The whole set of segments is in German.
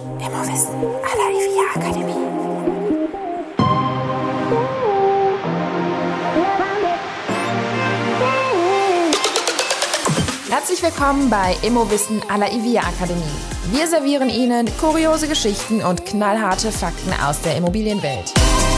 Immowissen à la IVIA Akademie. Herzlich willkommen bei Immowissen à la IVIA Akademie. Wir servieren Ihnen kuriose Geschichten und knallharte Fakten aus der Immobilienwelt.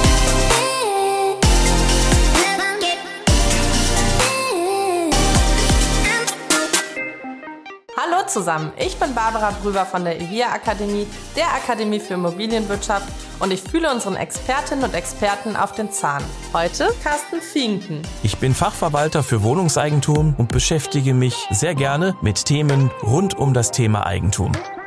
Hallo zusammen, ich bin Barbara Brüber von der IVIA Akademie, der Akademie für Immobilienwirtschaft, und ich fühle unseren Expertinnen und Experten auf den Zahn. Heute Carsten Finken. Ich bin Fachverwalter für Wohnungseigentum und beschäftige mich sehr gerne mit Themen rund um das Thema Eigentum.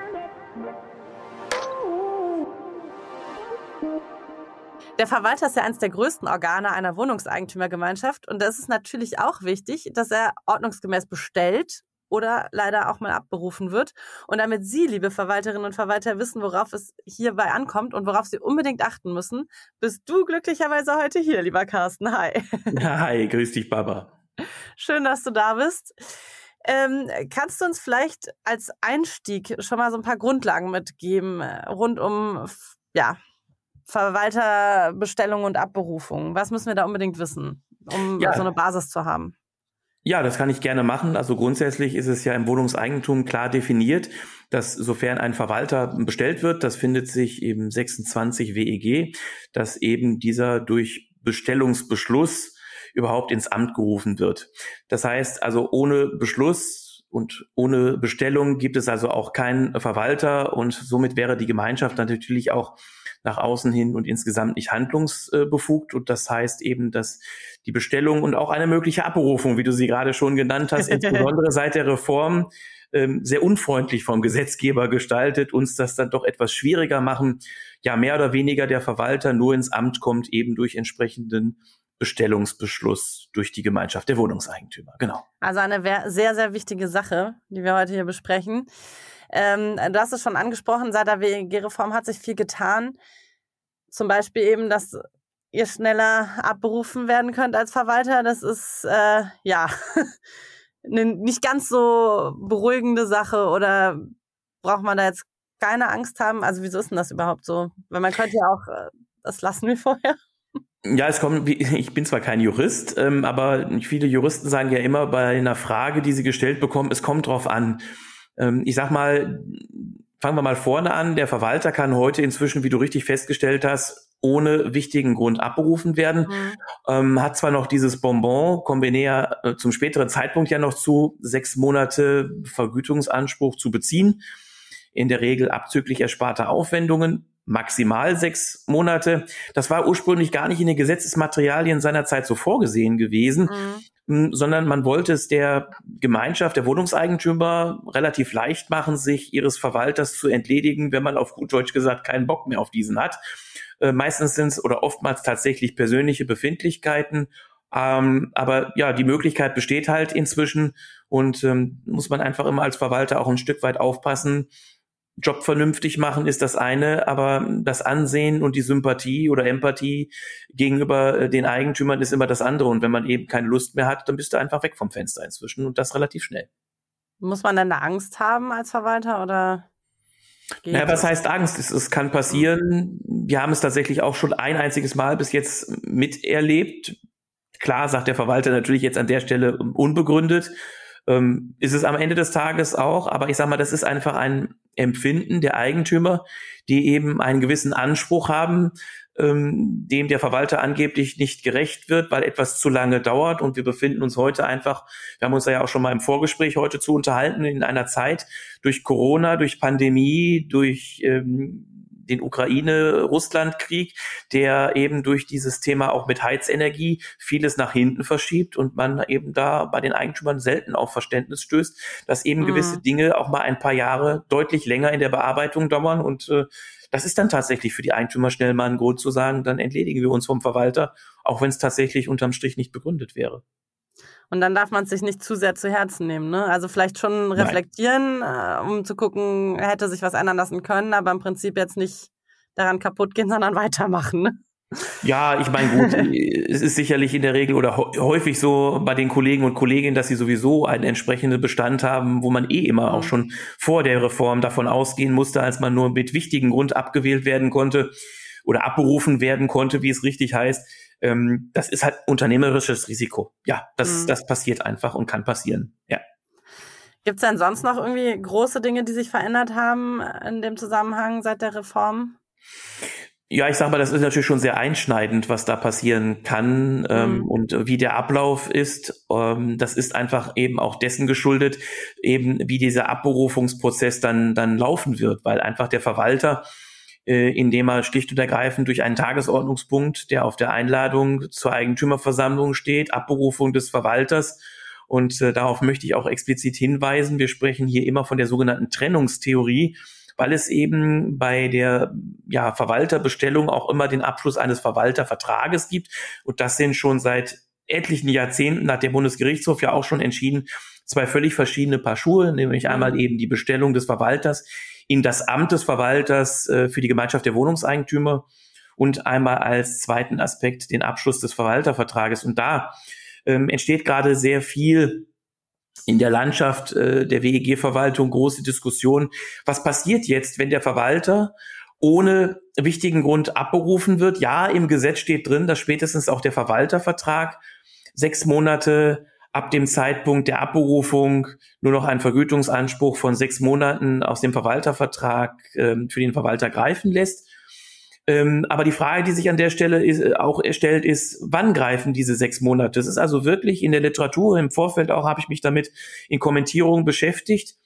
Der Verwalter ist ja eines der größten Organe einer Wohnungseigentümergemeinschaft, und es ist natürlich auch wichtig, dass er ordnungsgemäß bestellt oder leider auch mal abberufen wird. Und damit Sie, liebe Verwalterinnen und Verwalter, wissen, worauf es hierbei ankommt und worauf Sie unbedingt achten müssen, bist du glücklicherweise heute hier, lieber Carsten. Hi. Hi, grüß dich, Baba. Schön, dass du da bist. Kannst du uns vielleicht als Einstieg schon mal so ein paar Grundlagen mitgeben rund um Verwalterbestellung und Abberufung? Was müssen wir da unbedingt wissen, um so eine Basis zu haben? Ja, das kann ich gerne machen. Also grundsätzlich ist es ja im Wohnungseigentum klar definiert, dass sofern ein Verwalter bestellt wird, das findet sich im 26 WEG, dass eben dieser durch Bestellungsbeschluss überhaupt ins Amt gerufen wird. Das heißt also, ohne Beschluss und ohne Bestellung gibt es also auch keinen Verwalter, und somit wäre die Gemeinschaft dann natürlich auch nach außen hin und insgesamt nicht handlungsbefugt. Und das heißt eben, dass die Bestellung und auch eine mögliche Abberufung, wie du sie gerade schon genannt hast, insbesondere seit der Reform, sehr unfreundlich vom Gesetzgeber gestaltet, uns das dann doch etwas schwieriger machen. Ja, mehr oder weniger der Verwalter nur ins Amt kommt, eben durch entsprechenden Bestellungsbeschluss durch die Gemeinschaft der Wohnungseigentümer. Genau. Also eine sehr, sehr wichtige Sache, die wir heute hier besprechen. Du hast es schon angesprochen, seit der WEG-Reform hat sich viel getan. Zum Beispiel eben, dass ihr schneller abberufen werden könnt als Verwalter. Das ist eine nicht ganz so beruhigende Sache, oder braucht man da jetzt keine Angst haben? Also wieso ist denn das überhaupt so? Weil man könnte ja auch, das lassen wir vorher. Ja, ich bin zwar kein Jurist, aber viele Juristen sagen ja immer bei einer Frage, die sie gestellt bekommen, es kommt drauf an. Ich sag mal, fangen wir mal vorne an. Der Verwalter kann heute inzwischen, wie du richtig festgestellt hast, ohne wichtigen Grund abberufen werden. Hat zwar noch dieses Bonbon, kommen wir näher zum späteren Zeitpunkt ja noch zu, 6 Monate Vergütungsanspruch zu beziehen. In der Regel abzüglich ersparter Aufwendungen. Maximal 6 Monate. Das war ursprünglich gar nicht in den Gesetzesmaterialien seinerzeit so vorgesehen gewesen, sondern man wollte es der Gemeinschaft, der Wohnungseigentümer relativ leicht machen, sich ihres Verwalters zu entledigen, wenn man auf gut Deutsch gesagt keinen Bock mehr auf diesen hat. Meistens sind es oder oftmals tatsächlich persönliche Befindlichkeiten. Aber ja, die Möglichkeit besteht halt inzwischen, und muss man einfach immer als Verwalter auch ein Stück weit aufpassen. Job vernünftig machen ist das eine, aber das Ansehen und die Sympathie oder Empathie gegenüber den Eigentümern ist immer das andere. Und wenn man eben keine Lust mehr hat, dann bist du einfach weg vom Fenster inzwischen, und das relativ schnell. Muss man denn da Angst haben als Verwalter, oder? Naja, was heißt Angst? Es kann passieren. Wir haben es tatsächlich auch schon ein einziges Mal bis jetzt miterlebt. Klar, sagt der Verwalter natürlich jetzt an der Stelle unbegründet. Ist es am Ende des Tages auch, aber ich sag mal, das ist einfach ein Empfinden der Eigentümer, die eben einen gewissen Anspruch haben, dem der Verwalter angeblich nicht gerecht wird, weil etwas zu lange dauert. Und wir befinden uns heute einfach, wir haben uns ja auch schon mal im Vorgespräch heute zu unterhalten, in einer Zeit durch Corona, durch Pandemie, durch den Ukraine-Russland-Krieg, der eben durch dieses Thema auch mit Heizenergie vieles nach hinten verschiebt und man eben da bei den Eigentümern selten auf Verständnis stößt, dass eben gewisse Dinge auch mal ein paar Jahre deutlich länger in der Bearbeitung dauern, und das ist dann tatsächlich für die Eigentümer schnell mal ein Grund zu sagen, dann entledigen wir uns vom Verwalter, auch wenn es tatsächlich unterm Strich nicht begründet wäre. Und dann darf man es sich nicht zu sehr zu Herzen nehmen, ne? Also vielleicht schon reflektieren, um zu gucken, hätte sich was ändern lassen können, aber im Prinzip jetzt nicht daran kaputt gehen, sondern weitermachen, ne? Ja, ich meine, gut, es ist sicherlich in der Regel oder häufig so bei den Kollegen und Kolleginnen, dass sie sowieso einen entsprechenden Bestand haben, wo man immer auch schon vor der Reform davon ausgehen musste, als man nur mit wichtigen Grund abgewählt werden konnte oder abberufen werden konnte, wie es richtig heißt. Das ist halt unternehmerisches Risiko. Ja, das passiert einfach und kann passieren. Ja. Gibt es denn sonst noch irgendwie große Dinge, die sich verändert haben in dem Zusammenhang seit der Reform? Ja, ich sag mal, das ist natürlich schon sehr einschneidend, was da passieren kann und wie der Ablauf ist. Das ist einfach eben auch dessen geschuldet, eben wie dieser Abberufungsprozess dann laufen wird, weil einfach der Verwalter, indem er schlicht und ergreifend durch einen Tagesordnungspunkt, der auf der Einladung zur Eigentümerversammlung steht, Abberufung des Verwalters, und darauf möchte ich auch explizit hinweisen, wir sprechen hier immer von der sogenannten Trennungstheorie, weil es eben bei der Verwalterbestellung auch immer den Abschluss eines Verwaltervertrages gibt. Und das sind schon seit etlichen Jahrzehnten, hat der Bundesgerichtshof ja auch schon entschieden, 2 völlig verschiedene Paar Schuhe, nämlich einmal eben die Bestellung des Verwalters in das Amt des Verwalters für die Gemeinschaft der Wohnungseigentümer und einmal als zweiten Aspekt den Abschluss des Verwaltervertrages. Und da entsteht gerade sehr viel in der Landschaft der WEG-Verwaltung, große Diskussion. Was passiert jetzt, wenn der Verwalter ohne wichtigen Grund abberufen wird? Ja, im Gesetz steht drin, dass spätestens auch der Verwaltervertrag 6 Monate ab dem Zeitpunkt der Abberufung nur noch einen Vergütungsanspruch von 6 Monaten aus dem Verwaltervertrag für den Verwalter greifen lässt. Aber die Frage, die sich an der Stelle stellt, ist, wann greifen diese 6 Monate? Das ist also wirklich in der Literatur, im Vorfeld auch habe ich mich damit in Kommentierungen beschäftigt.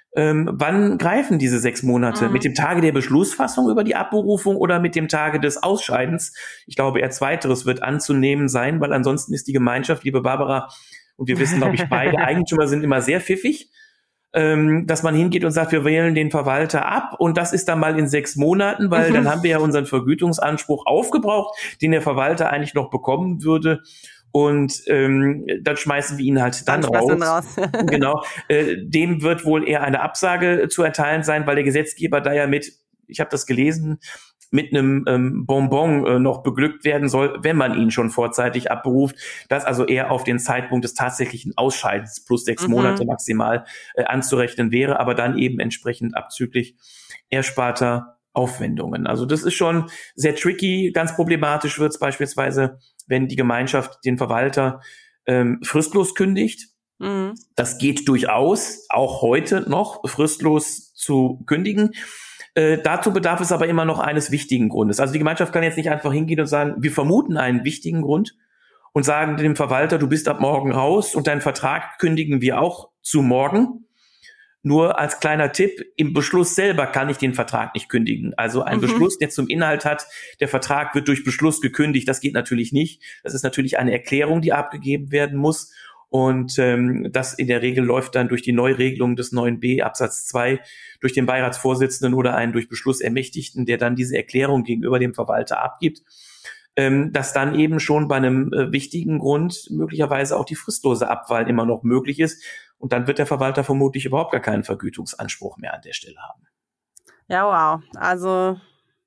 Wann greifen diese 6 Monate? Mit dem Tage der Beschlussfassung über die Abberufung oder mit dem Tage des Ausscheidens? Ich glaube, eher Zweiteres wird anzunehmen sein, weil ansonsten ist die Gemeinschaft, liebe Barbara, und wir wissen, glaube ich, beide Eigentümer sind immer sehr pfiffig, dass man hingeht und sagt, wir wählen den Verwalter ab und das ist dann mal in 6 Monaten, weil dann haben wir ja unseren Vergütungsanspruch aufgebraucht, den der Verwalter eigentlich noch bekommen würde. Und dann schmeißen wir ihn halt dann raus. Genau. Dem wird wohl eher eine Absage zu erteilen sein, weil der Gesetzgeber da ja ich habe das gelesen, mit einem Bonbon noch beglückt werden soll, wenn man ihn schon vorzeitig abberuft, das also eher auf den Zeitpunkt des tatsächlichen Ausscheidens plus 6 Monate maximal anzurechnen wäre, aber dann eben entsprechend abzüglich ersparter Aufwendungen. Also das ist schon sehr tricky. Ganz problematisch wird es beispielsweise, wenn die Gemeinschaft den Verwalter fristlos kündigt. Das geht durchaus, auch heute noch fristlos zu kündigen. Dazu bedarf es aber immer noch eines wichtigen Grundes. Also die Gemeinschaft kann jetzt nicht einfach hingehen und sagen, wir vermuten einen wichtigen Grund und sagen dem Verwalter, du bist ab morgen raus und deinen Vertrag kündigen wir auch zu morgen. Nur als kleiner Tipp, im Beschluss selber kann ich den Vertrag nicht kündigen. Also ein Beschluss, der zum Inhalt hat, der Vertrag wird durch Beschluss gekündigt, das geht natürlich nicht. Das ist natürlich eine Erklärung, die abgegeben werden muss. Und das in der Regel läuft dann durch die Neuregelung des 9b Absatz 2 durch den Beiratsvorsitzenden oder einen durch Beschluss Ermächtigten, der dann diese Erklärung gegenüber dem Verwalter abgibt, dass dann eben schon bei einem wichtigen Grund möglicherweise auch die fristlose Abwahl immer noch möglich ist. Und dann wird der Verwalter vermutlich überhaupt gar keinen Vergütungsanspruch mehr an der Stelle haben. Ja, wow. Also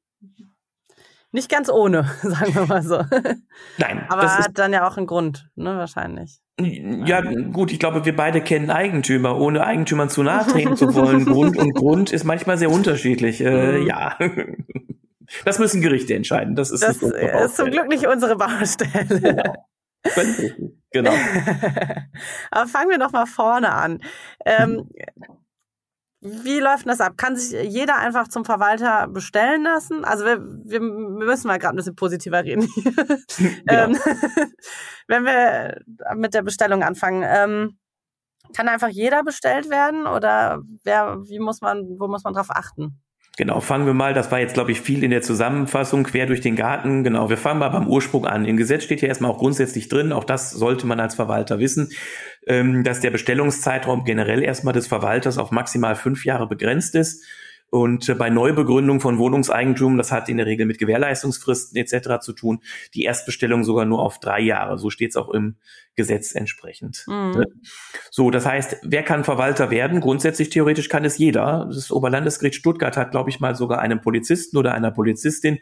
nicht ganz ohne, sagen wir mal so. Nein. Aber das hat dann ja auch einen Grund, ne, wahrscheinlich. Ja, gut, ich glaube, wir beide kennen Eigentümer, ohne Eigentümern zu nahe treten zu wollen. Grund ist manchmal sehr unterschiedlich. Ja, das müssen Gerichte entscheiden. Das ist zum Glück nicht unsere Baustelle. Genau. Aber fangen wir doch mal vorne an. Wie läuft denn das ab? Kann sich jeder einfach zum Verwalter bestellen lassen? Also wir müssen mal gerade ein bisschen positiver reden. Genau. Wenn wir mit der Bestellung anfangen, kann einfach jeder bestellt werden oder wo muss man drauf achten? Genau, fangen wir mal, das war jetzt, glaube ich, viel in der Zusammenfassung, quer durch den Garten. Genau, wir fangen mal beim Ursprung an. Im Gesetz steht ja erstmal auch grundsätzlich drin, auch das sollte man als Verwalter wissen, dass der Bestellungszeitraum generell erstmal des Verwalters auf maximal 5 Jahre begrenzt ist. Und bei Neubegründung von Wohnungseigentum, das hat in der Regel mit Gewährleistungsfristen etc. zu tun, die Erstbestellung sogar nur auf 3 Jahre. So steht es auch im Gesetz entsprechend. So, das heißt, wer kann Verwalter werden? Grundsätzlich theoretisch kann es jeder. Das Oberlandesgericht Stuttgart hat, glaube ich, mal sogar einem Polizisten oder einer Polizistin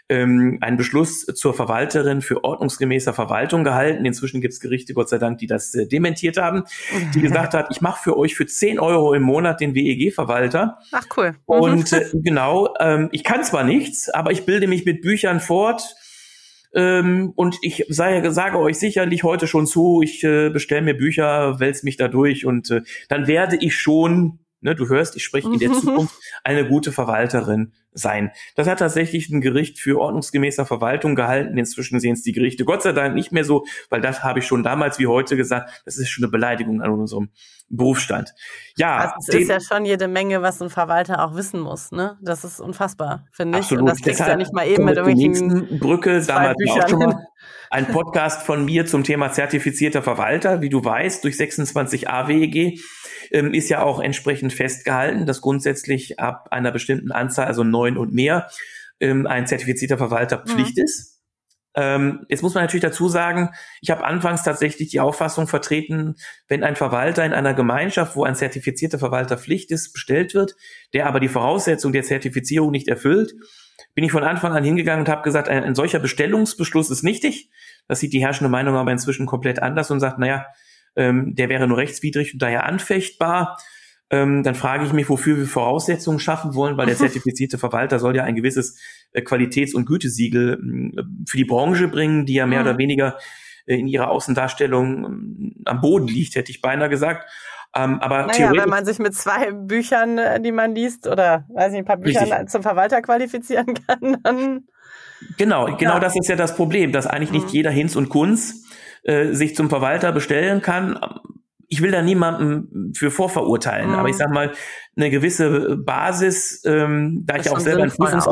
einen Beschluss zur Verwalterin für ordnungsgemäßer Verwaltung gehalten. Inzwischen gibt es Gerichte, Gott sei Dank, die das dementiert haben, die gesagt hat, ich mache für euch für 10 € im Monat den WEG-Verwalter. Ach, cool. Und genau, ich kann zwar nichts, aber ich bilde mich mit Büchern fort. Und ich sage euch sicherlich heute schon zu, ich bestelle mir Bücher, wälze mich da durch und dann werde ich schon, ne, du hörst, ich spreche in der Zukunft, eine gute Verwalterin sein. Das hat tatsächlich ein Gericht für ordnungsgemäßer Verwaltung gehalten. Inzwischen sehen es die Gerichte Gott sei Dank nicht mehr so, weil das habe ich schon damals wie heute gesagt, das ist schon eine Beleidigung an unserem Berufsstand. Ja, also es ist ja schon jede Menge, was ein Verwalter auch wissen muss, ne? Das ist unfassbar, finde ich. Absolut. Und das kriegst du ja nicht mal eben mit irgendwelchen Brücke, damals Büchern auch schon mal ein Podcast von mir zum Thema zertifizierter Verwalter. Wie du weißt, durch 26a WEG ist ja auch entsprechend festgehalten, dass grundsätzlich ab einer bestimmten Anzahl, also 9 und mehr, ein zertifizierter Verwalter Pflicht ist. Jetzt muss man natürlich dazu sagen, ich habe anfangs tatsächlich die Auffassung vertreten, wenn ein Verwalter in einer Gemeinschaft, wo ein zertifizierter Verwalter Pflicht ist, bestellt wird, der aber die Voraussetzung der Zertifizierung nicht erfüllt, bin ich von Anfang an hingegangen und habe gesagt, ein solcher Bestellungsbeschluss ist nichtig. Das sieht die herrschende Meinung aber inzwischen komplett anders und sagt, naja, der wäre nur rechtswidrig und daher anfechtbar. Dann frage ich mich, wofür wir Voraussetzungen schaffen wollen, weil der zertifizierte Verwalter soll ja ein gewisses Qualitäts- und Gütesiegel für die Branche bringen, die ja mehr oder weniger in ihrer Außendarstellung am Boden liegt, hätte ich beinahe gesagt. Aber naja, wenn man sich mit 2 Büchern, die man liest, oder weiß nicht, ein paar Büchern zum Verwalter qualifizieren kann, dann... Genau, das ist ja das Problem, dass eigentlich nicht jeder Hinz und Kunz sich zum Verwalter bestellen kann. Ich will da niemanden für vorverurteilen, aber ich sag mal, eine gewisse Basis, da ich auch selber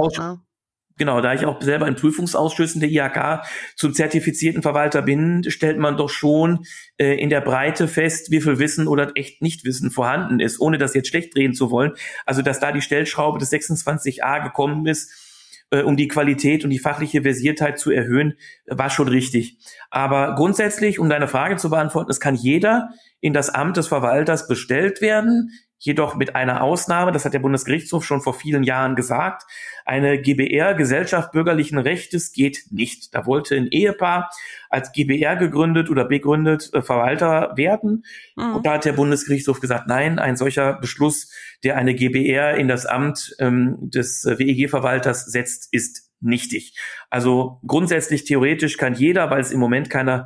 in Prüfungsausschüssen der IHK zum zertifizierten Verwalter bin, stellt man doch schon in der Breite fest, wie viel Wissen oder echt Nichtwissen vorhanden ist, ohne das jetzt schlecht reden zu wollen. Also, dass da die Stellschraube des 26a gekommen ist, um die Qualität und die fachliche Versiertheit zu erhöhen, war schon richtig. Aber grundsätzlich, um deine Frage zu beantworten, es kann jeder in das Amt des Verwalters bestellt werden, jedoch mit einer Ausnahme, das hat der Bundesgerichtshof schon vor vielen Jahren gesagt, eine GbR, Gesellschaft bürgerlichen Rechtes, geht nicht. Da wollte ein Ehepaar als GbR gegründet oder begründet Verwalter werden. Und da hat der Bundesgerichtshof gesagt, nein, ein solcher Beschluss, der eine GbR in das Amt des WEG-Verwalters setzt, ist nichtig. Also grundsätzlich theoretisch kann jeder, weil es im Moment keiner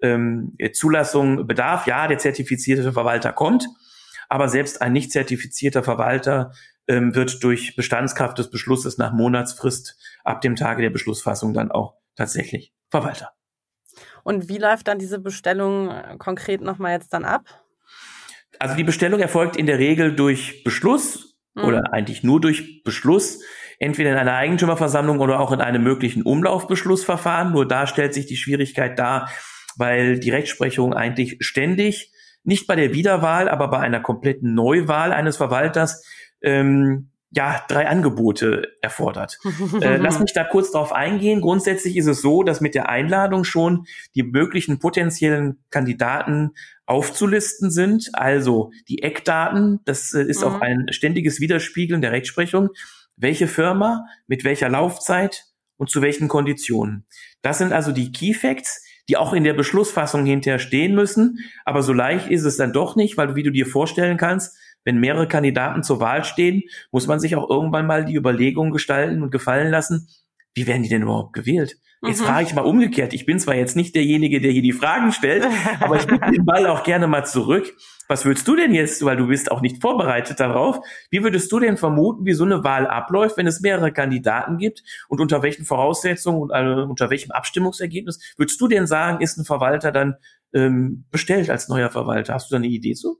Zulassung bedarf, ja, der zertifizierte Verwalter kommt, aber selbst ein nicht zertifizierter Verwalter wird durch Bestandskraft des Beschlusses nach Monatsfrist ab dem Tage der Beschlussfassung dann auch tatsächlich Verwalter. Und wie läuft dann diese Bestellung konkret nochmal jetzt dann ab? Also die Bestellung erfolgt in der Regel durch Beschluss oder eigentlich nur durch Beschluss, entweder in einer Eigentümerversammlung oder auch in einem möglichen Umlaufbeschlussverfahren. Nur da stellt sich die Schwierigkeit dar, weil die Rechtsprechung eigentlich ständig, nicht bei der Wiederwahl, aber bei einer kompletten Neuwahl eines Verwalters, 3 Angebote erfordert. Lass mich da kurz drauf eingehen. Grundsätzlich ist es so, dass mit der Einladung schon die möglichen potenziellen Kandidaten aufzulisten sind. Also die Eckdaten, das ist auch ein ständiges Widerspiegeln der Rechtsprechung. Welche Firma, mit welcher Laufzeit und zu welchen Konditionen. Das sind also die Key Facts, die auch in der Beschlussfassung hinterher stehen müssen. Aber so leicht ist es dann doch nicht, weil, wie du dir vorstellen kannst, wenn mehrere Kandidaten zur Wahl stehen, muss man sich auch irgendwann mal die Überlegung gestalten und gefallen lassen, wie werden die denn überhaupt gewählt? Jetzt frage ich mal umgekehrt. Ich bin zwar jetzt nicht derjenige, der hier die Fragen stellt, aber ich gebe den Ball auch gerne mal zurück. Was würdest du denn jetzt, weil du bist auch nicht vorbereitet darauf, wie würdest du denn vermuten, wie so eine Wahl abläuft, wenn es mehrere Kandidaten gibt und unter welchen Voraussetzungen und unter welchem Abstimmungsergebnis würdest du denn sagen, ist ein Verwalter dann bestellt als neuer Verwalter? Hast du da eine Idee zu?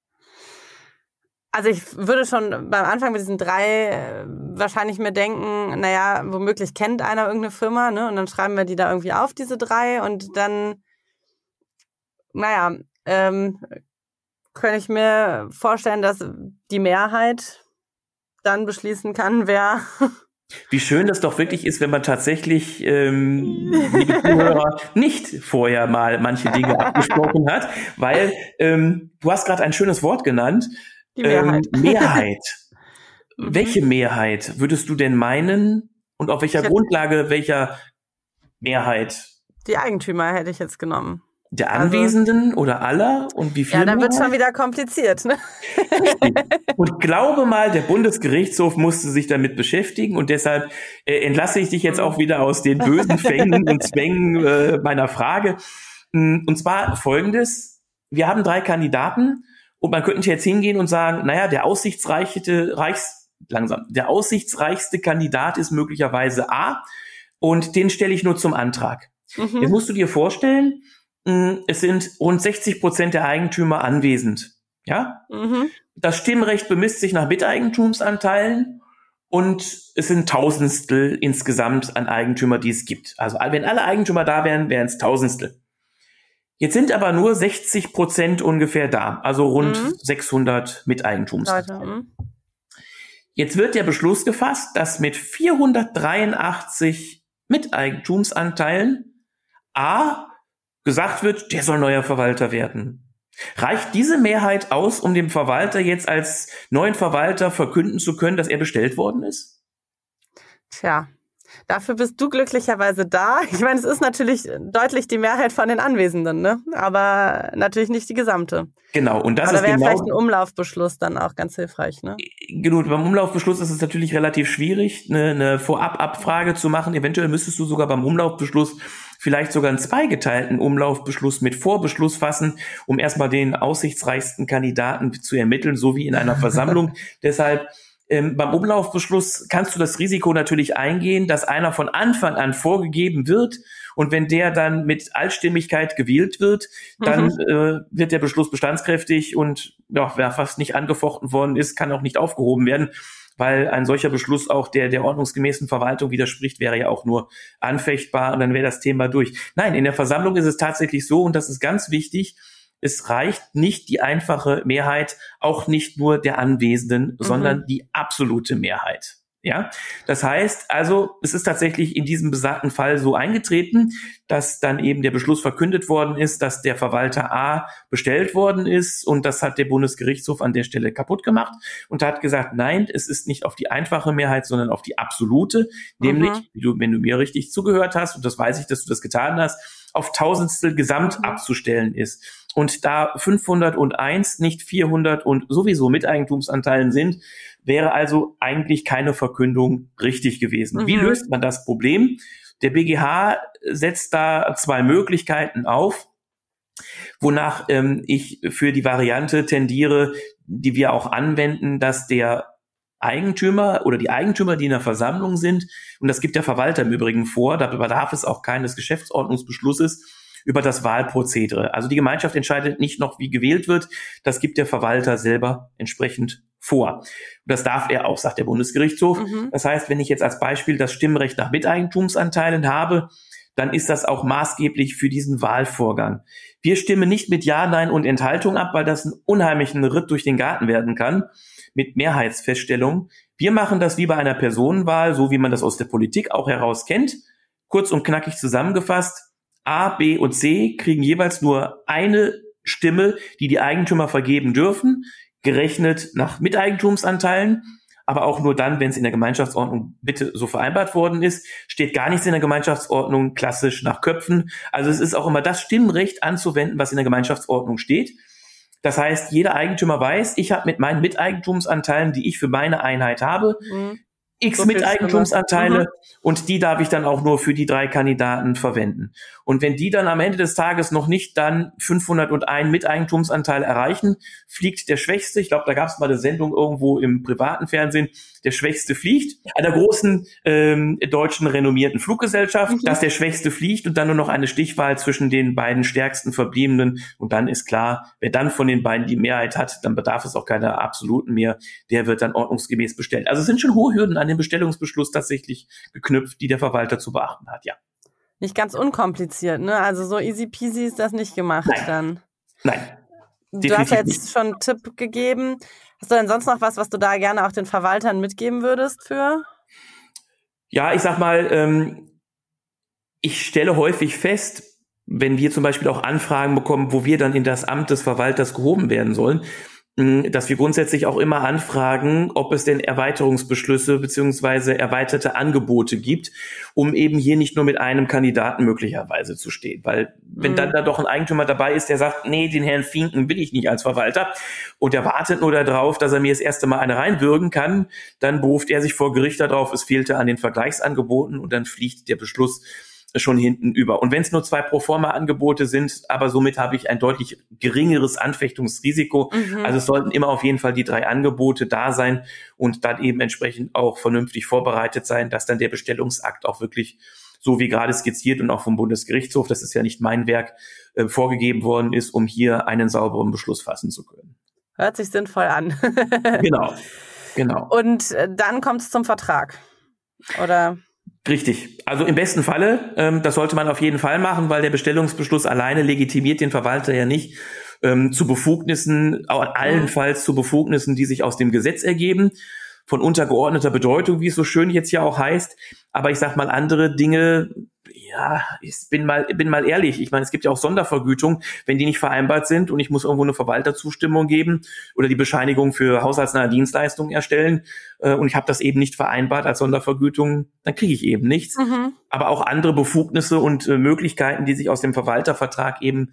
Also ich würde schon beim Anfang mit diesen 3 wahrscheinlich mir denken, naja, womöglich kennt einer irgendeine Firma, ne? Und dann schreiben wir die da irgendwie auf, diese 3, und dann, könnte ich mir vorstellen, dass die Mehrheit dann beschließen kann, wer... Wie schön das doch wirklich ist, wenn man tatsächlich, liebe Zuhörer, nicht vorher mal manche Dinge abgesprochen hat, weil du hast gerade ein schönes Wort genannt, die Mehrheit. Mehrheit. Welche Mehrheit würdest du denn meinen Und auf welcher Grundlage, welcher Mehrheit? Die Eigentümer hätte ich jetzt genommen. Der Anwesenden oder aller? Und wie viel? Ja, dann wird es schon wieder kompliziert, ne? Und glaube mal, der Bundesgerichtshof musste sich damit beschäftigen und deshalb entlasse ich dich jetzt auch wieder aus den bösen Fängen und Zwängen meiner Frage. Und zwar Folgendes. Wir haben 3 Kandidaten und man könnte jetzt hingehen und sagen, naja, der aussichtsreichste Kandidat ist möglicherweise A und den stelle ich nur zum Antrag. Jetzt musst du dir vorstellen, es sind rund 60% der Eigentümer anwesend. Ja? Das Stimmrecht bemisst sich nach Miteigentumsanteilen und es sind Tausendstel insgesamt an Eigentümer, die es gibt. Also wenn alle Eigentümer da wären, wären es Tausendstel. Jetzt sind aber nur 60% ungefähr da, also rund 600 Miteigentumsanteile. Jetzt wird der Beschluss gefasst, dass mit 483 Miteigentumsanteilen A gesagt wird, der soll neuer Verwalter werden. Reicht diese Mehrheit aus, um dem Verwalter jetzt als neuen Verwalter verkünden zu können, dass er bestellt worden ist? Tja, dafür bist du glücklicherweise da. Ich meine, es ist natürlich deutlich die Mehrheit von den Anwesenden, ne? Aber natürlich nicht die gesamte. Genau, und das ist genau... wäre vielleicht ein Umlaufbeschluss dann auch ganz hilfreich, ne? Genau, beim Umlaufbeschluss ist es natürlich relativ schwierig, eine Vorab-Abfrage zu machen. Eventuell müsstest du sogar beim Umlaufbeschluss vielleicht sogar einen zweigeteilten Umlaufbeschluss mit Vorbeschluss fassen, um erstmal den aussichtsreichsten Kandidaten zu ermitteln, so wie in einer Versammlung. Deshalb beim Umlaufbeschluss kannst du das Risiko natürlich eingehen, dass einer von Anfang an vorgegeben wird und wenn der dann mit Allstimmigkeit gewählt wird, dann wird der Beschluss bestandskräftig und ja, wer fast nicht angefochten worden ist, kann auch nicht aufgehoben werden, weil ein solcher Beschluss auch der ordnungsgemäßen Verwaltung widerspricht, wäre ja auch nur anfechtbar und dann wäre das Thema durch. Nein, in der Versammlung ist es tatsächlich so und das ist ganz wichtig, es reicht nicht die einfache Mehrheit, auch nicht nur der Anwesenden, sondern die absolute Mehrheit. Ja, das heißt also, es ist tatsächlich in diesem besagten Fall so eingetreten, dass dann eben der Beschluss verkündet worden ist, dass der Verwalter A bestellt worden ist und das hat der Bundesgerichtshof an der Stelle kaputt gemacht und hat gesagt, nein, es ist nicht auf die einfache Mehrheit, sondern auf die absolute, nämlich, wenn du mir richtig zugehört hast, und das weiß ich, dass du das getan hast, auf Tausendstel gesamt abzustellen ist. Und da 501 nicht 400 und sowieso Miteigentumsanteilen sind, wäre also eigentlich keine Verkündung richtig gewesen. Wie löst man das Problem? Der BGH setzt da 2 Möglichkeiten auf, wonach ich für die Variante tendiere, die wir auch anwenden, dass der Eigentümer oder die Eigentümer, die in der Versammlung sind, und das gibt der Verwalter im Übrigen vor, da bedarf es auch keines Geschäftsordnungsbeschlusses, über das Wahlprozedere. Also die Gemeinschaft entscheidet nicht noch, wie gewählt wird. Das gibt der Verwalter selber entsprechend vor. Und das darf er auch, sagt der Bundesgerichtshof. Das heißt, wenn ich jetzt als Beispiel das Stimmrecht nach Miteigentumsanteilen habe, dann ist das auch maßgeblich für diesen Wahlvorgang. Wir stimmen nicht mit Ja, Nein und Enthaltung ab, weil das einen unheimlichen Ritt durch den Garten werden kann mit Mehrheitsfeststellung. Wir machen das wie bei einer Personenwahl, so wie man das aus der Politik auch heraus kennt. Kurz und knackig zusammengefasst. A, B und C kriegen jeweils nur eine Stimme, die die Eigentümer vergeben dürfen, gerechnet nach Miteigentumsanteilen, aber auch nur dann, wenn es in der Gemeinschaftsordnung bitte so vereinbart worden ist. Steht gar nichts in der Gemeinschaftsordnung klassisch nach Köpfen. Also es ist auch immer das Stimmrecht anzuwenden, was in der Gemeinschaftsordnung steht. Das heißt, jeder Eigentümer weiß, ich habe mit meinen Miteigentumsanteilen, die ich für meine Einheit habe, X so Miteigentumsanteile und die darf ich dann auch nur für die 3 Kandidaten verwenden. Und wenn die dann am Ende des Tages noch nicht dann 501 Miteigentumsanteile erreichen, fliegt der Schwächste, ich glaube, da gab es mal eine Sendung irgendwo im privaten Fernsehen, der Schwächste fliegt, einer großen deutschen renommierten Fluggesellschaft, dass der Schwächste fliegt und dann nur noch eine Stichwahl zwischen den beiden stärksten Verbliebenen und dann ist klar, wer dann von den beiden die Mehrheit hat, dann bedarf es auch keiner absoluten mehr, der wird dann ordnungsgemäß bestellt. Also es sind schon hohe Hürden an den Bestellungsbeschluss tatsächlich geknüpft, die der Verwalter zu beachten hat, ja. Nicht ganz unkompliziert, ne? Also so easy peasy ist das nicht gemacht dann. Nein. Du hast ja jetzt schon einen Tipp gegeben. Hast du denn sonst noch was du da gerne auch den Verwaltern mitgeben würdest für? Ja, ich sag mal, ich stelle häufig fest, wenn wir zum Beispiel auch Anfragen bekommen, wo wir dann in das Amt des Verwalters gehoben werden sollen, dass wir grundsätzlich auch immer anfragen, ob es denn Erweiterungsbeschlüsse beziehungsweise erweiterte Angebote gibt, um eben hier nicht nur mit einem Kandidaten möglicherweise zu stehen. Weil wenn dann da doch ein Eigentümer dabei ist, der sagt, nee, den Herrn Finken will ich nicht als Verwalter und der wartet nur darauf, dass er mir das erste Mal eine reinwürgen kann, dann beruft er sich vor Gericht darauf, es fehlte an den Vergleichsangeboten und dann fliegt der Beschluss schon hinten über. Und wenn es nur 2 Proforma-Angebote sind, aber somit habe ich ein deutlich geringeres Anfechtungsrisiko. Also es sollten immer auf jeden Fall die 3 Angebote da sein und dann eben entsprechend auch vernünftig vorbereitet sein, dass dann der Bestellungsakt auch wirklich so wie gerade skizziert und auch vom Bundesgerichtshof, das ist ja nicht mein Werk, vorgegeben worden ist, um hier einen sauberen Beschluss fassen zu können. Hört sich sinnvoll an. Genau. Und dann kommt es zum Vertrag, oder? Richtig. Also im besten Falle, das sollte man auf jeden Fall machen, weil der Bestellungsbeschluss alleine legitimiert den Verwalter ja nicht zu Befugnissen, allenfalls zu Befugnissen, die sich aus dem Gesetz ergeben, von untergeordneter Bedeutung, wie es so schön jetzt ja auch heißt. Aber ich sag mal, andere Dinge, ja, ich bin mal ehrlich. Ich meine, es gibt ja auch Sondervergütungen, wenn die nicht vereinbart sind und ich muss irgendwo eine Verwalterzustimmung geben oder die Bescheinigung für haushaltsnahe Dienstleistungen erstellen und ich habe das eben nicht vereinbart als Sondervergütung, dann kriege ich eben nichts. Aber auch andere Befugnisse und Möglichkeiten, die sich aus dem Verwaltervertrag eben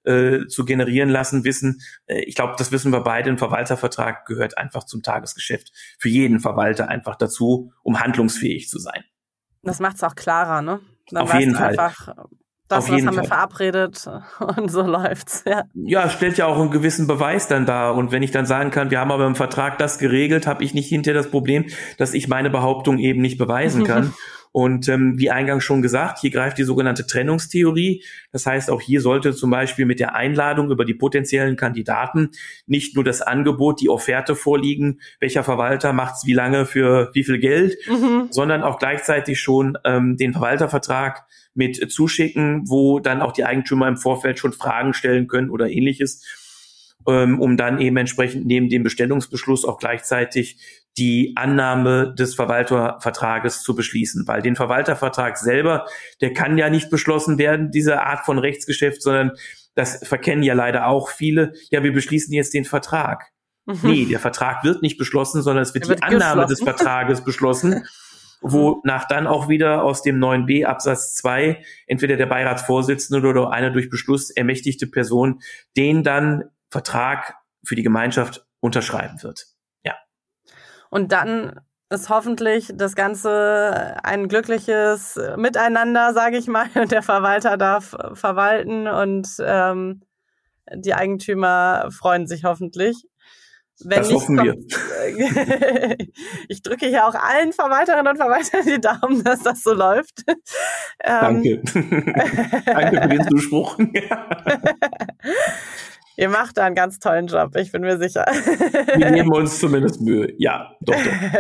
zu generieren lassen, ich glaube, das wissen wir beide, ein Verwaltervertrag gehört einfach zum Tagesgeschäft für jeden Verwalter einfach dazu, um handlungsfähig zu sein. Das macht es auch klarer, ne? Dann auf jeden Fall. Einfach, das haben wir verabredet und so läuft's. Ja, es stellt ja auch einen gewissen Beweis dann dar. Und wenn ich dann sagen kann, wir haben aber im Vertrag das geregelt, habe ich nicht hinterher das Problem, dass ich meine Behauptung eben nicht beweisen kann. Und wie eingangs schon gesagt, hier greift die sogenannte Trennungstheorie. Das heißt, auch hier sollte zum Beispiel mit der Einladung über die potenziellen Kandidaten nicht nur das Angebot, die Offerte vorliegen, welcher Verwalter macht's wie lange für wie viel Geld, sondern auch gleichzeitig schon den Verwaltervertrag mit zuschicken, wo dann auch die Eigentümer im Vorfeld schon Fragen stellen können oder ähnliches, um dann eben entsprechend neben dem Bestellungsbeschluss auch gleichzeitig die Annahme des Verwaltervertrages zu beschließen. Weil den Verwaltervertrag selber, der kann ja nicht beschlossen werden, diese Art von Rechtsgeschäft, sondern das verkennen ja leider auch viele. Ja, wir beschließen jetzt den Vertrag. Nee, der Vertrag wird nicht beschlossen, sondern es wird die Annahme des Vertrages beschlossen, wonach dann auch wieder aus dem 9b Absatz 2 entweder der Beiratsvorsitzende oder eine durch Beschluss ermächtigte Person den dann Vertrag für die Gemeinschaft unterschreiben wird. Und dann ist hoffentlich das Ganze ein glückliches Miteinander, sage ich mal. Und der Verwalter darf verwalten und die Eigentümer freuen sich hoffentlich. Wenn das hoffen wir. Ich drücke hier auch allen Verwalterinnen und Verwaltern die Daumen, dass das so läuft. Danke. Danke für den Zuspruch. Ihr macht da einen ganz tollen Job, ich bin mir sicher. Wir nehmen uns zumindest Mühe. Ja, doch.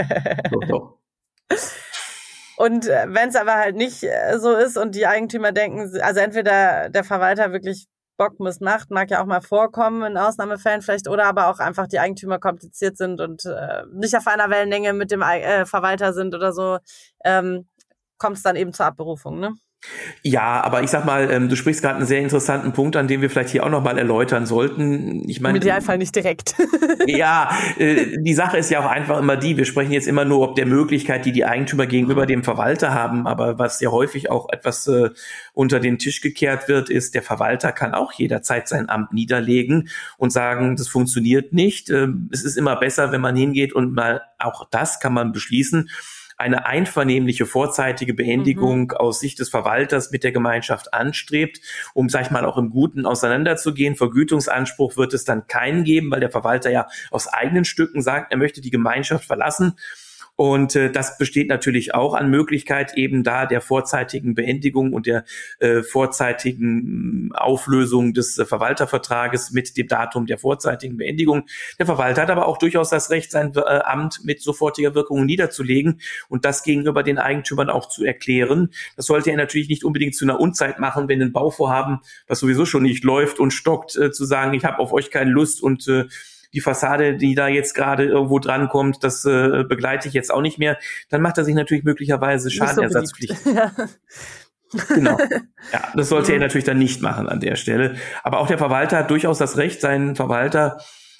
Und wenn es aber halt nicht so ist und die Eigentümer denken, also entweder der Verwalter wirklich Bockmist macht, mag ja auch mal vorkommen in Ausnahmefällen vielleicht, oder aber auch einfach die Eigentümer kompliziert sind und nicht auf einer Wellenlänge mit dem Verwalter sind oder so, kommt es dann eben zur Abberufung, ne? Ja, aber ich sag mal, du sprichst gerade einen sehr interessanten Punkt, an dem wir vielleicht hier auch nochmal erläutern sollten. Ich meine, im Idealfall nicht direkt. Ja, die Sache ist ja auch einfach immer die, wir sprechen jetzt immer nur ob der Möglichkeit, die die Eigentümer gegenüber dem Verwalter haben, aber was ja häufig auch etwas unter den Tisch gekehrt wird, ist, der Verwalter kann auch jederzeit sein Amt niederlegen und sagen, das funktioniert nicht. Es ist immer besser, wenn man hingeht und mal, auch das kann man beschließen, eine einvernehmliche vorzeitige Beendigung aus Sicht des Verwalters mit der Gemeinschaft anstrebt, um, sag ich mal, auch im Guten auseinanderzugehen. Vergütungsanspruch wird es dann keinen geben, weil der Verwalter ja aus eigenen Stücken sagt, er möchte die Gemeinschaft verlassen. Und das besteht natürlich auch an Möglichkeit eben da der vorzeitigen Beendigung und der vorzeitigen Auflösung des Verwaltervertrages mit dem Datum der vorzeitigen Beendigung. Der Verwalter hat aber auch durchaus das Recht, sein Amt mit sofortiger Wirkung niederzulegen und das gegenüber den Eigentümern auch zu erklären. Das sollte er natürlich nicht unbedingt zu einer Unzeit machen, wenn ein Bauvorhaben, was sowieso schon nicht läuft und stockt, zu sagen, ich habe auf euch keine Lust und die Fassade, die da jetzt gerade irgendwo drankommt, das begleite ich jetzt auch nicht mehr, dann macht er sich natürlich möglicherweise Schadenersatzpflicht. So ja. Genau. Ja, das sollte er natürlich dann nicht machen an der Stelle. Aber auch der Verwalter hat durchaus das Recht, seinen Verwalter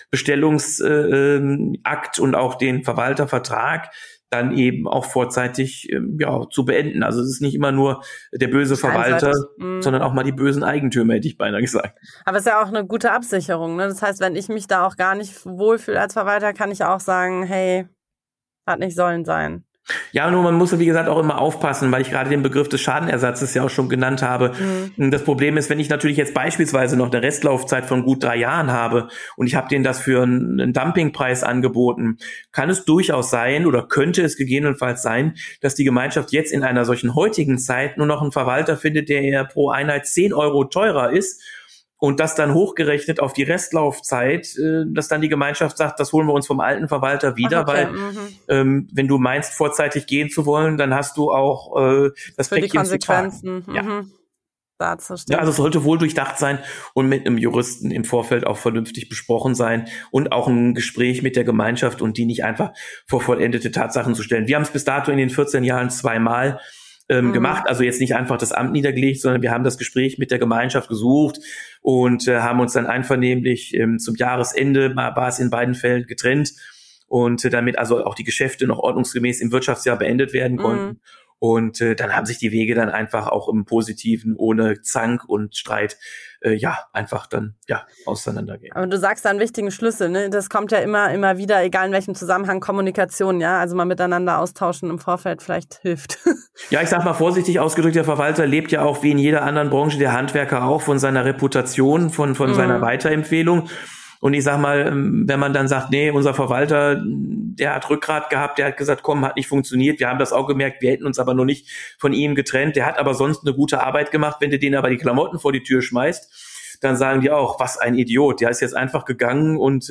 Bestellungsakt und auch den Verwaltervertrag dann eben auch vorzeitig zu beenden. Also es ist nicht immer nur der böse Verwalter, sondern auch mal die bösen Eigentümer, hätte ich beinahe gesagt. Aber es ist ja auch eine gute Absicherung, ne? Das heißt, wenn ich mich da auch gar nicht wohlfühle als Verwalter, kann ich auch sagen, hey, hat nicht sollen sein. Ja, nur man muss, wie gesagt, auch immer aufpassen, weil ich gerade den Begriff des Schadenersatzes ja auch schon genannt habe. Das Problem ist, wenn ich natürlich jetzt beispielsweise noch eine Restlaufzeit von gut 3 Jahren habe und ich habe denen das für einen Dumpingpreis angeboten, kann es durchaus sein oder könnte es gegebenenfalls sein, dass die Gemeinschaft jetzt in einer solchen heutigen Zeit nur noch einen Verwalter findet, der ja pro Einheit 10 Euro teurer ist. Und das dann hochgerechnet auf die Restlaufzeit, dass dann die Gemeinschaft sagt, das holen wir uns vom alten Verwalter wieder, weil wenn du meinst, vorzeitig gehen zu wollen, dann hast du auch das für die Konsequenzen darzustellen. Ja, also es sollte wohl durchdacht sein und mit einem Juristen im Vorfeld auch vernünftig besprochen sein und auch ein Gespräch mit der Gemeinschaft und die nicht einfach vor vollendete Tatsachen zu stellen. Wir haben es bis dato in den 14 Jahren 2-mal gemacht, also jetzt nicht einfach das Amt niedergelegt, sondern wir haben das Gespräch mit der Gemeinschaft gesucht und haben uns dann einvernehmlich zum Jahresende, war es in beiden Fällen getrennt und damit also auch die Geschäfte noch ordnungsgemäß im Wirtschaftsjahr beendet werden konnten. Und dann haben sich die Wege dann einfach auch im Positiven, ohne Zank und Streit, einfach dann auseinandergehen. Aber du sagst da einen wichtigen Schlüssel, ne? Das kommt ja immer wieder, egal in welchem Zusammenhang, Kommunikation, ja? Also mal miteinander austauschen im Vorfeld vielleicht hilft. Ja, ich sag mal vorsichtig ausgedrückt, der Verwalter lebt ja auch wie in jeder anderen Branche, der Handwerker auch, von seiner Reputation, von seiner Weiterempfehlung. Und ich sag mal, wenn man dann sagt, nee, unser Verwalter, der hat Rückgrat gehabt, der hat gesagt, komm, hat nicht funktioniert, wir haben das auch gemerkt, wir hätten uns aber noch nicht von ihm getrennt, der hat aber sonst eine gute Arbeit gemacht, wenn du denen aber die Klamotten vor die Tür schmeißt, dann sagen die auch, was ein Idiot, der ist jetzt einfach gegangen und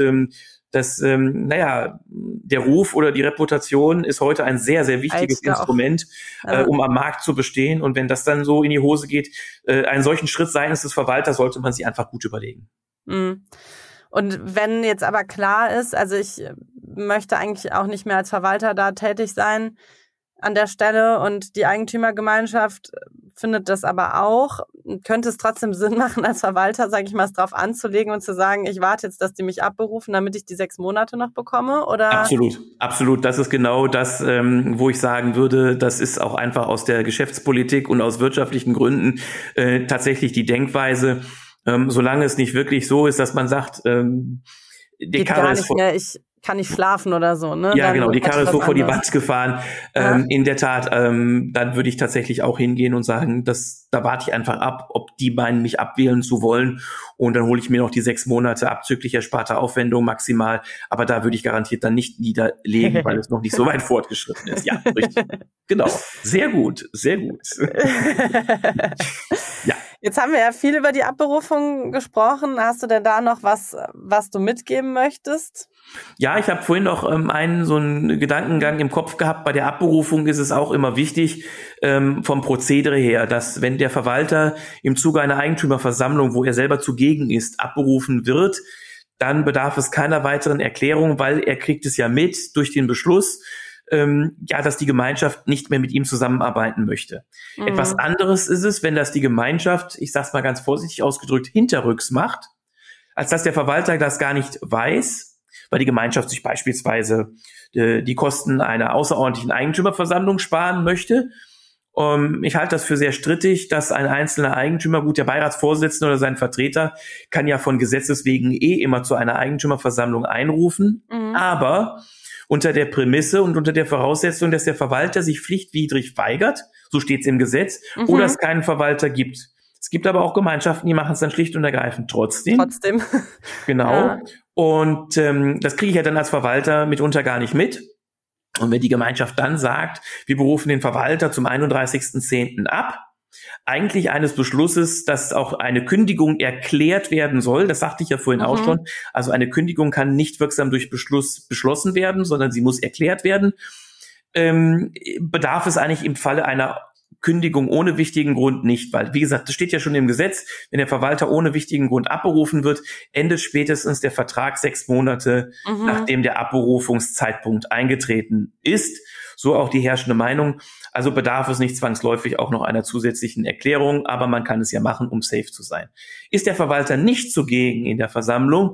der Ruf oder die Reputation ist heute ein sehr, sehr wichtiges Instrument, um am Markt zu bestehen. Und wenn das dann so in die Hose geht, einen solchen Schritt seitens des Verwalters sollte man sich einfach gut überlegen. Und wenn jetzt aber klar ist, also ich möchte eigentlich auch nicht mehr als Verwalter da tätig sein an der Stelle und die Eigentümergemeinschaft findet das aber auch, könnte es trotzdem Sinn machen, als Verwalter, sage ich mal, es drauf anzulegen und zu sagen, ich warte jetzt, dass die mich abberufen, damit ich die 6 Monate noch bekomme? Oder? Absolut. Das ist genau das, wo ich sagen würde, das ist auch einfach aus der Geschäftspolitik und aus wirtschaftlichen Gründen tatsächlich die Denkweise. Solange es nicht wirklich so ist, dass man sagt, die Karre ist ich kann nicht schlafen oder so, ne? Ja, genau, die Karre ist so vor die Wand gefahren. In der Tat, dann würde ich tatsächlich auch hingehen und sagen, da warte ich einfach ab, ob die meinen, mich abwählen zu wollen. Und dann hole ich mir noch die 6 Monate abzüglich ersparter Aufwendung maximal. Aber da würde ich garantiert dann nicht niederlegen, weil es noch nicht so weit fortgeschritten ist. Ja, richtig. Genau. Sehr gut. Ja. Jetzt haben wir ja viel über die Abberufung gesprochen. Hast du denn da noch was du mitgeben möchtest? Ja, ich habe vorhin noch so einen Gedankengang im Kopf gehabt. Bei der Abberufung ist es auch immer wichtig, vom Prozedere her, dass wenn der Verwalter im Zuge einer Eigentümerversammlung, wo er selber zugegen ist, abberufen wird, dann bedarf es keiner weiteren Erklärung, weil er kriegt es ja mit durch den Beschluss, dass die Gemeinschaft nicht mehr mit ihm zusammenarbeiten möchte. Etwas anderes ist es, wenn das die Gemeinschaft, ich sag's mal ganz vorsichtig ausgedrückt, hinterrücks macht, als dass der Verwalter das gar nicht weiß, weil die Gemeinschaft sich beispielsweise die Kosten einer außerordentlichen Eigentümerversammlung sparen möchte. Ich halte das für sehr strittig, dass ein einzelner Eigentümer, gut, der Beiratsvorsitzende oder sein Vertreter kann ja von Gesetzes wegen immer zu einer Eigentümerversammlung einrufen, aber unter der Prämisse und unter der Voraussetzung, dass der Verwalter sich pflichtwidrig weigert, so steht es im Gesetz, oder es keinen Verwalter gibt. Es gibt aber auch Gemeinschaften, die machen es dann schlicht und ergreifend trotzdem. Genau. Ja. Und das kriege ich ja dann als Verwalter mitunter gar nicht mit. Und wenn die Gemeinschaft dann sagt, wir berufen den Verwalter zum 31.10. ab, eigentlich eines Beschlusses, dass auch eine Kündigung erklärt werden soll, das sagte ich ja vorhin auch schon, also eine Kündigung kann nicht wirksam durch Beschluss beschlossen werden, sondern sie muss erklärt werden, bedarf es eigentlich im Falle einer Kündigung ohne wichtigen Grund nicht, weil, wie gesagt, das steht ja schon im Gesetz, wenn der Verwalter ohne wichtigen Grund abberufen wird, endet spätestens der Vertrag 6 Monate, nachdem der Abberufungszeitpunkt eingetreten ist. So auch die herrschende Meinung. Also bedarf es nicht zwangsläufig auch noch einer zusätzlichen Erklärung, aber man kann es ja machen, um safe zu sein. Ist der Verwalter nicht zugegen in der Versammlung,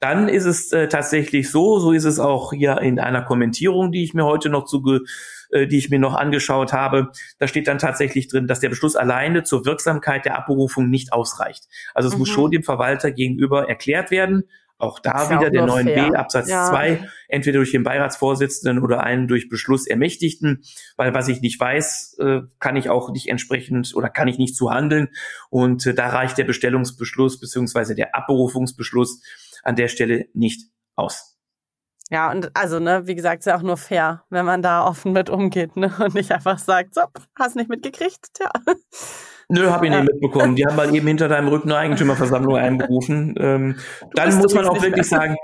dann ist es tatsächlich so ist es auch hier in einer Kommentierung, die ich mir heute noch die ich mir noch angeschaut habe, da steht dann tatsächlich drin, dass der Beschluss alleine zur Wirksamkeit der Abberufung nicht ausreicht. Also es muss schon dem Verwalter gegenüber erklärt werden. Auch da wieder der 9b Absatz 2, entweder durch den Beiratsvorsitzenden oder einen durch Beschluss Ermächtigten, weil was ich nicht weiß, kann ich auch nicht entsprechend oder kann ich nicht zu handeln. Und da reicht der Bestellungsbeschluss beziehungsweise der Abberufungsbeschluss an der Stelle nicht aus. Ja, und also, wie gesagt, ist ja auch nur fair, wenn man da offen mit umgeht, und nicht einfach sagt, so, hast nicht mitgekriegt, tja. Nö, hab ich nicht mitbekommen. Die haben mal eben hinter deinem Rücken eine Eigentümerversammlung einberufen. Dann muss man auch wirklich sagen,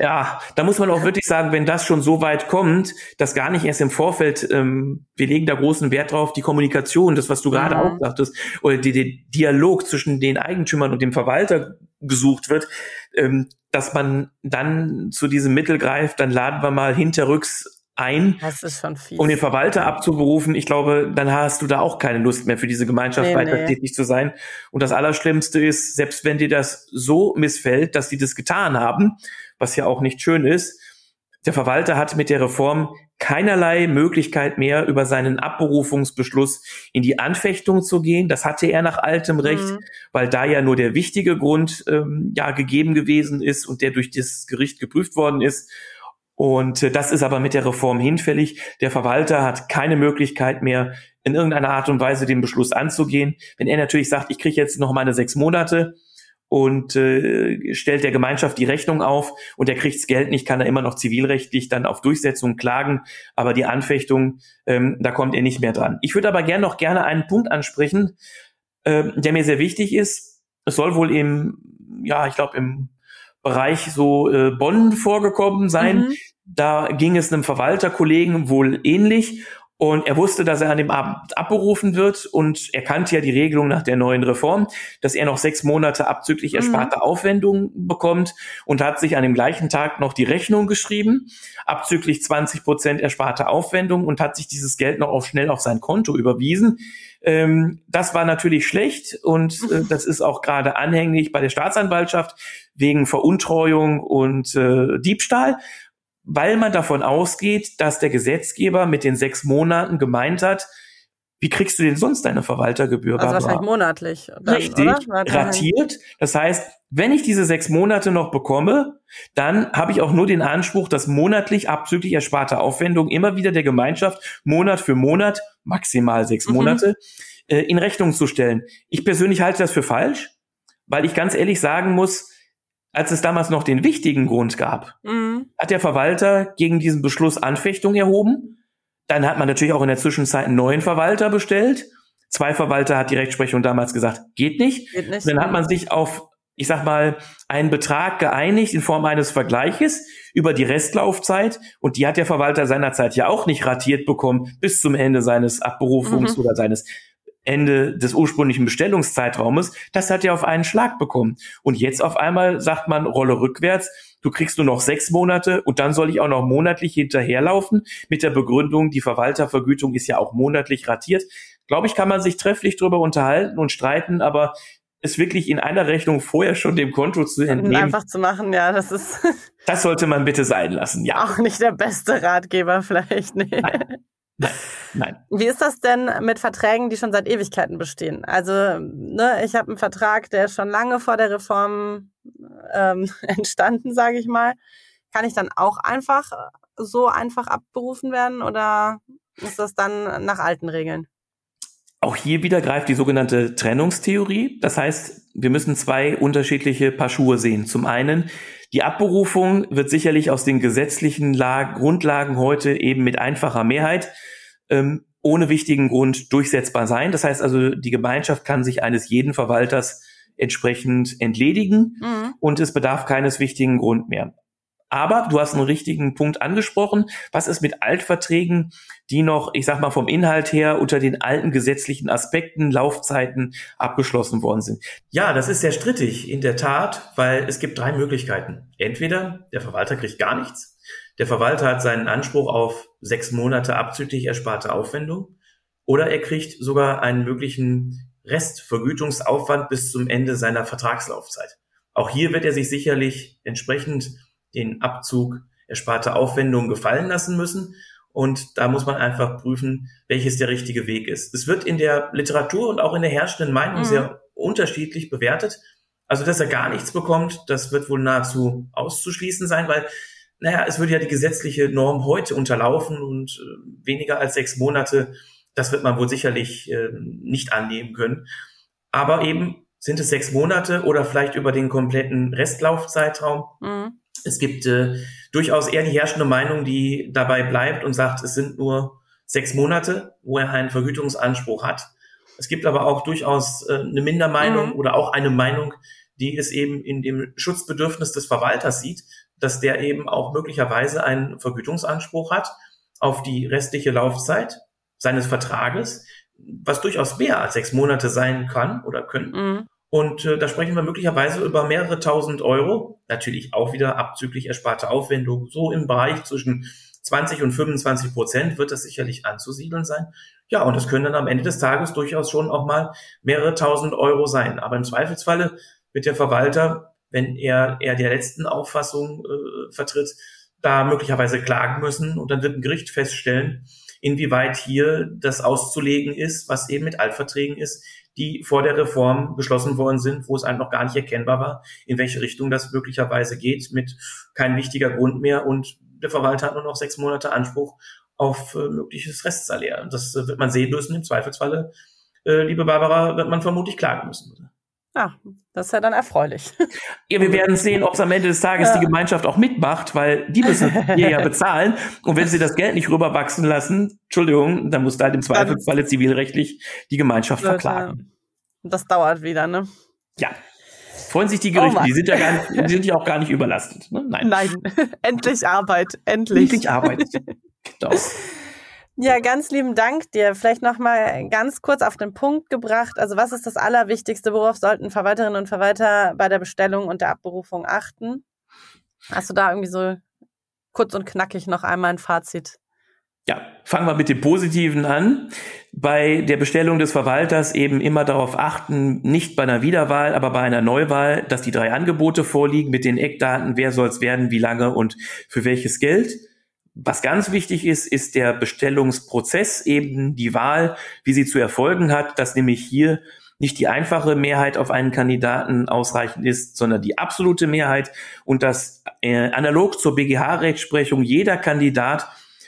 wenn das schon so weit kommt, dass gar nicht erst im Vorfeld, wir legen da großen Wert drauf, die Kommunikation, das, was du gerade auch sagtest, oder der Dialog zwischen den Eigentümern und dem Verwalter gesucht wird, dass man dann zu diesem Mittel greift, dann laden wir mal hinterrücks ein, das ist schon fies, um den Verwalter abzuberufen. Ich glaube, dann hast du da auch keine Lust mehr für diese Gemeinschaft weiter tätig zu sein. Und das Allerschlimmste ist, selbst wenn dir das so missfällt, dass die das getan haben, was ja auch nicht schön ist, der Verwalter hat mit der Reform keinerlei Möglichkeit mehr, über seinen Abberufungsbeschluss in die Anfechtung zu gehen. Das hatte er nach altem Recht, weil da ja nur der wichtige Grund gegeben gewesen ist und der durch das Gericht geprüft worden ist. Und das ist aber mit der Reform hinfällig. Der Verwalter hat keine Möglichkeit mehr, in irgendeiner Art und Weise den Beschluss anzugehen. Wenn er natürlich sagt, ich kriege jetzt noch meine 6 Monate und stellt der Gemeinschaft die Rechnung auf und er kriegt das Geld nicht, kann er immer noch zivilrechtlich dann auf Durchsetzung klagen. Aber die Anfechtung, da kommt er nicht mehr dran. Ich würde aber gerne einen Punkt ansprechen, der mir sehr wichtig ist. Es soll wohl im Bereich so Bonn vorgekommen sein. Da ging es einem Verwalterkollegen wohl ähnlich und er wusste, dass er an dem Abend abberufen wird und er kannte ja die Regelung nach der neuen Reform, dass er noch 6 Monate abzüglich ersparter Aufwendungen bekommt und hat sich an dem gleichen Tag noch die Rechnung geschrieben, abzüglich 20% ersparte Aufwendungen und hat sich dieses Geld noch schnell auf sein Konto überwiesen. Das war natürlich schlecht und das ist auch gerade anhängig bei der Staatsanwaltschaft wegen Veruntreuung und Diebstahl, weil man davon ausgeht, dass der Gesetzgeber mit den 6 Monaten gemeint hat, wie kriegst du denn sonst deine Verwaltergebühr? Also wahrscheinlich monatlich. Dann, richtig, oder? Ratiert. Das heißt, wenn ich diese 6 Monate noch bekomme, dann habe ich auch nur den Anspruch, dass monatlich abzüglich ersparte Aufwendungen immer wieder der Gemeinschaft Monat für Monat, maximal 6 Monate, in Rechnung zu stellen. Ich persönlich halte das für falsch, weil ich ganz ehrlich sagen muss, als es damals noch den wichtigen Grund gab, hat der Verwalter gegen diesen Beschluss Anfechtung erhoben. Dann hat man natürlich auch in der Zwischenzeit einen neuen Verwalter bestellt. 2 Verwalter hat die Rechtsprechung damals gesagt, geht nicht. Dann hat man sich auf, ich sag mal, einen Betrag geeinigt in Form eines Vergleiches über die Restlaufzeit. Und die hat der Verwalter seinerzeit ja auch nicht ratiert bekommen bis zum Ende seines Abberufungs oder seines Ende des ursprünglichen Bestellungszeitraumes. Das hat er auf einen Schlag bekommen. Und jetzt auf einmal sagt man, Rolle rückwärts, du kriegst nur noch 6 Monate und dann soll ich auch noch monatlich hinterherlaufen mit der Begründung, die Verwaltervergütung ist ja auch monatlich ratiert. Glaube ich, kann man sich trefflich drüber unterhalten und streiten, aber es wirklich in einer Rechnung vorher schon dem Konto zu entnehmen. Einfach zu machen, ja, das ist... Das sollte man bitte sein lassen, ja. Auch nicht der beste Ratgeber vielleicht, nee. Nein. Wie ist das denn mit Verträgen, die schon seit Ewigkeiten bestehen? Also, ich habe einen Vertrag, der ist schon lange vor der Reform entstanden, sage ich mal. Kann ich dann auch einfach abberufen werden oder ist das dann nach alten Regeln? Auch hier wieder greift die sogenannte Trennungstheorie. Das heißt, wir müssen 2 unterschiedliche Paar Schuhe sehen. Zum einen, die Abberufung wird sicherlich aus den gesetzlichen Grundlagen heute eben mit einfacher Mehrheit ohne wichtigen Grund durchsetzbar sein. Das heißt also, die Gemeinschaft kann sich eines jeden Verwalters entsprechend entledigen und es bedarf keines wichtigen Grund mehr. Aber du hast einen richtigen Punkt angesprochen. Was ist mit Altverträgen, die noch, ich sag mal, vom Inhalt her unter den alten gesetzlichen Aspekten, Laufzeiten abgeschlossen worden sind? Ja, das ist sehr strittig, in der Tat, weil es gibt 3 Möglichkeiten. Entweder der Verwalter kriegt gar nichts. Der Verwalter hat seinen Anspruch auf 6 Monate abzüglich ersparte Aufwendung. Oder er kriegt sogar einen möglichen Restvergütungsaufwand bis zum Ende seiner Vertragslaufzeit. Auch hier wird er sich sicherlich entsprechend den Abzug ersparter Aufwendungen gefallen lassen müssen. Und da muss man einfach prüfen, welches der richtige Weg ist. Es wird in der Literatur und auch in der herrschenden Meinung sehr unterschiedlich bewertet. Also, dass er gar nichts bekommt, das wird wohl nahezu auszuschließen sein, weil, es würde ja die gesetzliche Norm heute unterlaufen und weniger als 6 Monate, das wird man wohl sicherlich nicht annehmen können. Aber eben sind es 6 Monate oder vielleicht über den kompletten Restlaufzeitraum. Es gibt durchaus eher die herrschende Meinung, die dabei bleibt und sagt, es sind nur 6 Monate, wo er einen Vergütungsanspruch hat. Es gibt aber auch durchaus eine Mindermeinung oder auch eine Meinung, die es eben in dem Schutzbedürfnis des Verwalters sieht, dass der eben auch möglicherweise einen Vergütungsanspruch hat auf die restliche Laufzeit seines Vertrages, was durchaus mehr als 6 Monate sein kann oder können. Und da sprechen wir möglicherweise über mehrere tausend Euro, natürlich auch wieder abzüglich ersparter Aufwendung, so im Bereich zwischen 20 und 25% wird das sicherlich anzusiedeln sein. Ja, und das können dann am Ende des Tages durchaus schon auch mal mehrere tausend Euro sein. Aber im Zweifelsfalle wird der Verwalter, wenn er der letzten Auffassung vertritt, da möglicherweise klagen müssen und dann wird ein Gericht feststellen, inwieweit hier das auszulegen ist, was eben mit Altverträgen ist, die vor der Reform beschlossen worden sind, wo es einem noch gar nicht erkennbar war, in welche Richtung das möglicherweise geht, mit kein wichtiger Grund mehr und der Verwalter hat nur noch 6 Monate Anspruch auf mögliches Restsalär. Das wird man sehen müssen. Im Zweifelsfalle, liebe Barbara, wird man vermutlich klagen müssen. Ja, das ist ja dann erfreulich. Ja, wir werden sehen, ob es am Ende des Tages die Gemeinschaft auch mitmacht, weil die müssen hier ja bezahlen. Und wenn sie das Geld nicht rüberwachsen lassen, Entschuldigung, dann muss da im Zweifelsfalle zivilrechtlich die Gemeinschaft verklagen. Das dauert wieder, ne? Ja. Freuen sich die Gerichte, die sind ja auch gar nicht überlastet. Ne? Nein. Endlich Arbeit, endlich Arbeit. Genau. Ja, ganz lieben Dank dir. Vielleicht noch mal ganz kurz auf den Punkt gebracht. Also was ist das Allerwichtigste? Worauf sollten Verwalterinnen und Verwalter bei der Bestellung und der Abberufung achten? Hast du da irgendwie so kurz und knackig noch einmal ein Fazit? Ja, fangen wir mit dem Positiven an. Bei der Bestellung des Verwalters eben immer darauf achten, nicht bei einer Wiederwahl, aber bei einer Neuwahl, dass die 3 Angebote vorliegen mit den Eckdaten, wer soll es werden, wie lange und für welches Geld. Was ganz wichtig ist, ist der Bestellungsprozess, eben die Wahl, wie sie zu erfolgen hat, dass nämlich hier nicht die einfache Mehrheit auf einen Kandidaten ausreichend ist, sondern die absolute Mehrheit und dass analog zur BGH-Rechtsprechung jeder Kandidat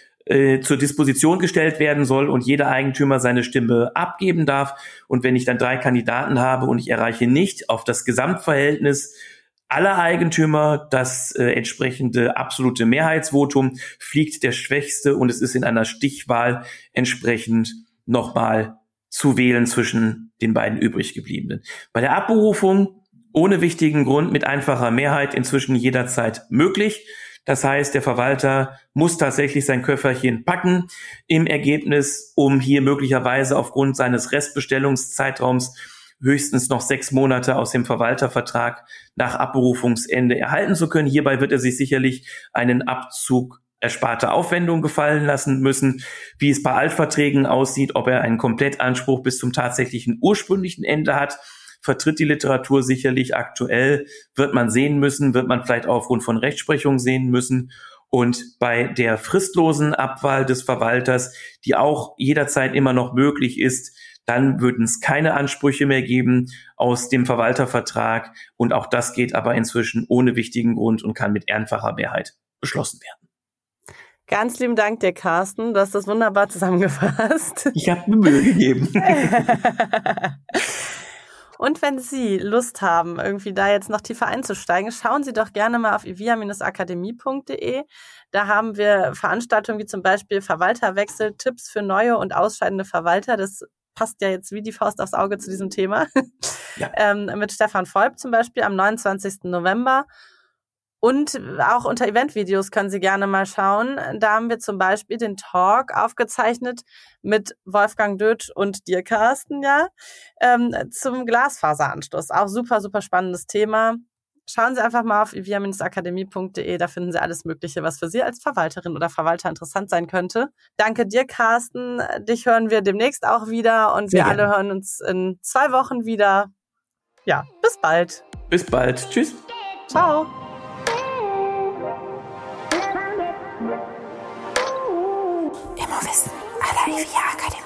zur Disposition gestellt werden soll und jeder Eigentümer seine Stimme abgeben darf. Und wenn ich dann 3 Kandidaten habe und ich erreiche nicht auf das Gesamtverhältnis aller Eigentümer das entsprechende absolute Mehrheitsvotum, fliegt der Schwächste und es ist in einer Stichwahl entsprechend nochmal zu wählen zwischen den beiden übrig gebliebenen. Bei der Abberufung ohne wichtigen Grund mit einfacher Mehrheit inzwischen jederzeit möglich. Das heißt, der Verwalter muss tatsächlich sein Köfferchen packen im Ergebnis, um hier möglicherweise aufgrund seines Restbestellungszeitraums höchstens noch 6 Monate aus dem Verwaltervertrag nach Abberufungsende erhalten zu können. Hierbei wird er sich sicherlich einen Abzug ersparter Aufwendungen gefallen lassen müssen, wie es bei Altverträgen aussieht, ob er einen Komplettanspruch bis zum tatsächlichen ursprünglichen Ende hat, vertritt die Literatur sicherlich aktuell, wird man sehen müssen, wird man vielleicht auch aufgrund von Rechtsprechung sehen müssen. Und bei der fristlosen Abwahl des Verwalters, die auch jederzeit immer noch möglich ist, dann würden es keine Ansprüche mehr geben aus dem Verwaltervertrag. Und auch das geht aber inzwischen ohne wichtigen Grund und kann mit einfacher Mehrheit beschlossen werden. Ganz lieben Dank dir, Carsten. Du hast das wunderbar zusammengefasst. Ich habe mir Mühe gegeben. Und wenn Sie Lust haben, irgendwie da jetzt noch tiefer einzusteigen, schauen Sie doch gerne mal auf ivia-akademie.de. Da haben wir Veranstaltungen wie zum Beispiel Verwalterwechsel, Tipps für neue und ausscheidende Verwalter. Das passt ja jetzt wie die Faust aufs Auge zu diesem Thema. Ja. Mit Stefan Volp zum Beispiel am 29. November. Und auch unter Eventvideos können Sie gerne mal schauen. Da haben wir zum Beispiel den Talk aufgezeichnet mit Wolfgang Dötsch und dir, Carsten, zum Glasfaseranschluss. Auch super, super spannendes Thema. Schauen Sie einfach mal auf ivia-akademie.de, da finden Sie alles Mögliche, was für Sie als Verwalterin oder Verwalter interessant sein könnte. Danke dir, Carsten. Dich hören wir demnächst auch wieder und wir alle hören uns in 2 Wochen wieder. Ja, bis bald. Bis bald. Tschüss. Ciao. Immowissen à la IWIA Akademie.